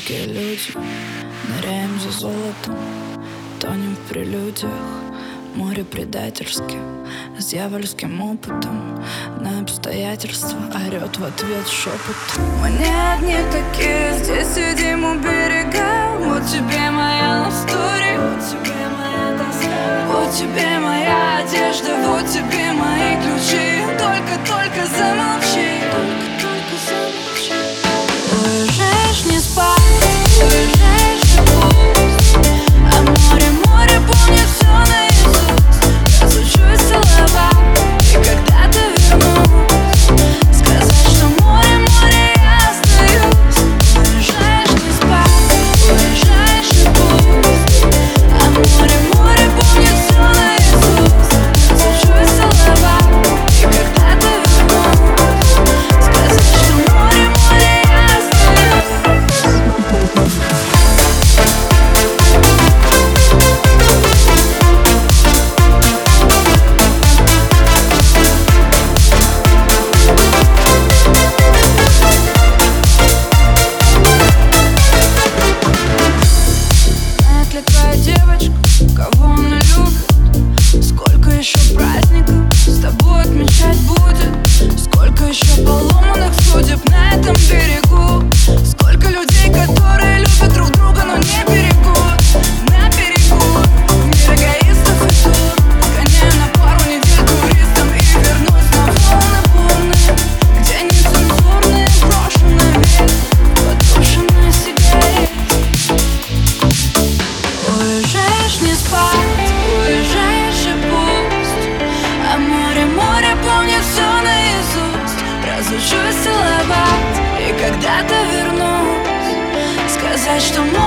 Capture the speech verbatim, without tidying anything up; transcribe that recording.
Русские люди, ныряем за золотом, тонем в прелюдиях, море предательски, с дьявольским опытом. На обстоятельства орет в ответ шепот. Мы не одни такие, здесь сидим у берега. Вот тебе моя love story, вот тебе моя тоска, вот тебе моя одежда, вот тебе мои ключи. Только-только замолчи, только-только замолчи. Уезжаешь не спать, уезжаешь и пусть, а море, море помнит все наизусть. Разучусь целовать, и когда ты вернусь, сказать, что море, море, я остаюсь. Уезжаешь не спать, уезжаешь и пусть, а море, море помнит все наизусть. Разучусь целовать, и когда ты вернусь, сказать, что море, море, я остаюсь. Знает ли твоя девочка, кого она любит? Сколько еще праздников с тобой отмечать будет? Сколько еще поломанных судеб на этом берегу? Сколько людей, которые любят друг друга, но не берегут? На берегу мир эгоистов и тут гоняю на пару недель туристом и вернусь на волны бурные, где нецензурные брошу навек подушенные сигареты. Уезжаешь не спать, уезжаешь и пусть, а море, море помнит все наизусть. Разучусь целовать, и когда-то вернусь, сказать, что море